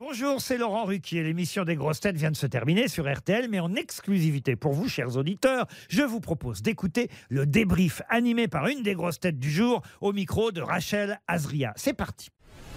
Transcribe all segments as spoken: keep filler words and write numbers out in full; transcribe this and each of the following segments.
Bonjour, c'est Laurent Ruquier. L'émission des grosses têtes vient de se terminer sur R T L, mais en exclusivité pour vous, chers auditeurs, je vous propose d'écouter le débrief animé par une des grosses têtes du jour au micro de Rachel Azria. C'est parti.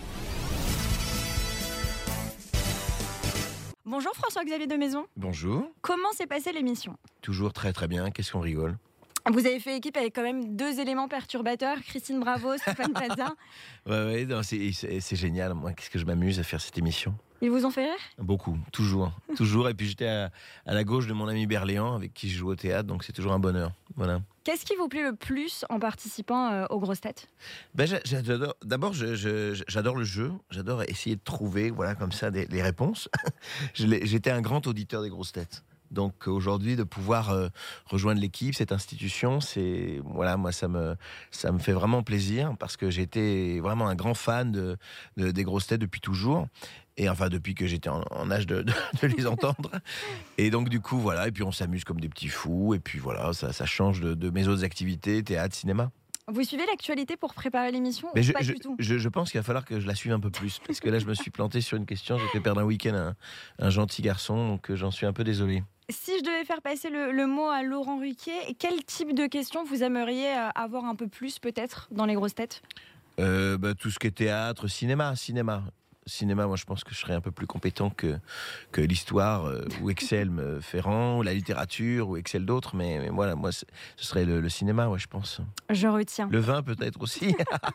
Bonjour François-Xavier de Maison. Bonjour. Comment s'est passée l'émission ? Toujours très très bien. Qu'est-ce qu'on rigole ? Vous avez fait équipe avec quand même deux éléments perturbateurs, Christine Bravo, Stéphane Plaza. Ouais, ouais, non, c'est, c'est, c'est génial. Moi, qu'est-ce que je m'amuse à faire cette émission. Ils vous ont fait rire ? Beaucoup, toujours, toujours. Et puis j'étais à, à la gauche de mon ami Berléand, avec qui je joue au théâtre, donc c'est toujours un bonheur. Voilà. Qu'est-ce qui vous plaît le plus en participant euh, aux grosses têtes ? Ben, j'adore. D'abord, je, je, j'adore le jeu. J'adore essayer de trouver, voilà, comme ça, des, les réponses. J'étais un grand auditeur des grosses têtes. Donc aujourd'hui, de pouvoir euh, rejoindre l'équipe, cette institution, c'est voilà, moi ça me ça me fait vraiment plaisir parce que j'étais vraiment un grand fan de, de des grosses têtes depuis toujours. Et enfin, depuis que j'étais en, en âge de, de, de les entendre. Et donc, du coup, voilà. Et puis, on s'amuse comme des petits fous. Et puis, voilà, ça, ça change de, de mes autres activités, théâtre, cinéma. Vous suivez l'actualité pour préparer l'émission ? Mais ou je, pas je, du tout ? je, je pense qu'il va falloir que je la suive un peu plus. Parce que là, je me suis planté sur une question. J'ai fait perdre un week-end à un, un gentil garçon. Donc, j'en suis un peu désolé. Si je devais faire passer le, le mot à Laurent Ruquier, quel type de questions vous aimeriez avoir un peu plus, peut-être, dans les grosses têtes ? euh, bah, Tout ce qui est théâtre, cinéma, cinéma. Cinéma, moi je pense que je serais un peu plus compétent que, que l'histoire euh, où excelle Ferrand, ou la littérature où excelle d'autres, mais, mais voilà, moi ce serait le, le cinéma, ouais, je pense. Je retiens. Le vin peut-être aussi.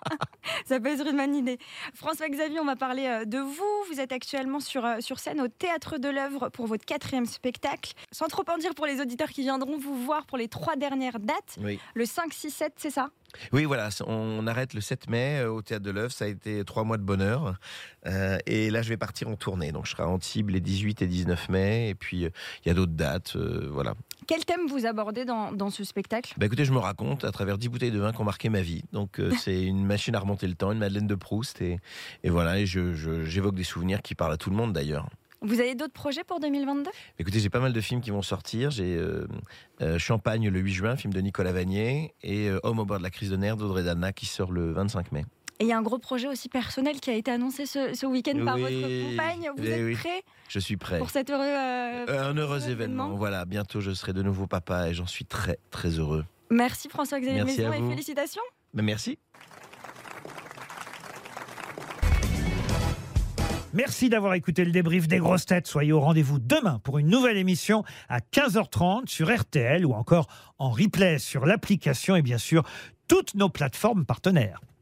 Ça peut être une bonne idée. François-Xavier, on va parler de vous. Vous êtes actuellement sur, sur scène au Théâtre de l'Œuvre pour votre quatrième spectacle. Sans trop en dire pour les auditeurs qui viendront vous voir pour les trois dernières dates. Oui. Le cinq, six, sept, c'est ça ? Oui, voilà, on arrête le sept mai au Théâtre de l'Œuvre. Ça a été trois mois de bonheur. Euh, et là, je vais partir en tournée. Donc, je serai à Antibes les dix-huit et dix-neuf mai. Et puis, il euh, y a d'autres dates. Euh, voilà. Quel thème vous abordez dans, dans ce spectacle ? Bah, écoutez, je me raconte à travers dix bouteilles de vin qui ont marqué ma vie. Donc, euh, c'est une machine à remonter le temps, une Madeleine de Proust. Et, et voilà, et je, je, j'évoque des souvenirs qui parlent à tout le monde d'ailleurs. Vous avez d'autres projets pour deux mille vingt-deux ? Écoutez, j'ai pas mal de films qui vont sortir. J'ai euh, euh, Champagne le huit juin, film de Nicolas Vanier, et euh, Homme au bord de la crise de nerfs d'Audrey Dana qui sort le vingt-cinq mai. Et il y a un gros projet aussi personnel qui a été annoncé ce, ce week-end oui, par votre compagne. Vous êtes oui. prêt ? Je suis prêt. Pour cet heureux, euh, euh, un heureux événement. événement. Voilà, bientôt je serai de nouveau papa et j'en suis très très heureux. Merci François-Xavier Maison et vous. félicitations. Mais merci. Merci d'avoir écouté le débrief des grosses têtes. Soyez au rendez-vous demain pour une nouvelle émission à quinze heures trente sur R T L ou encore en replay sur l'application et bien sûr toutes nos plateformes partenaires.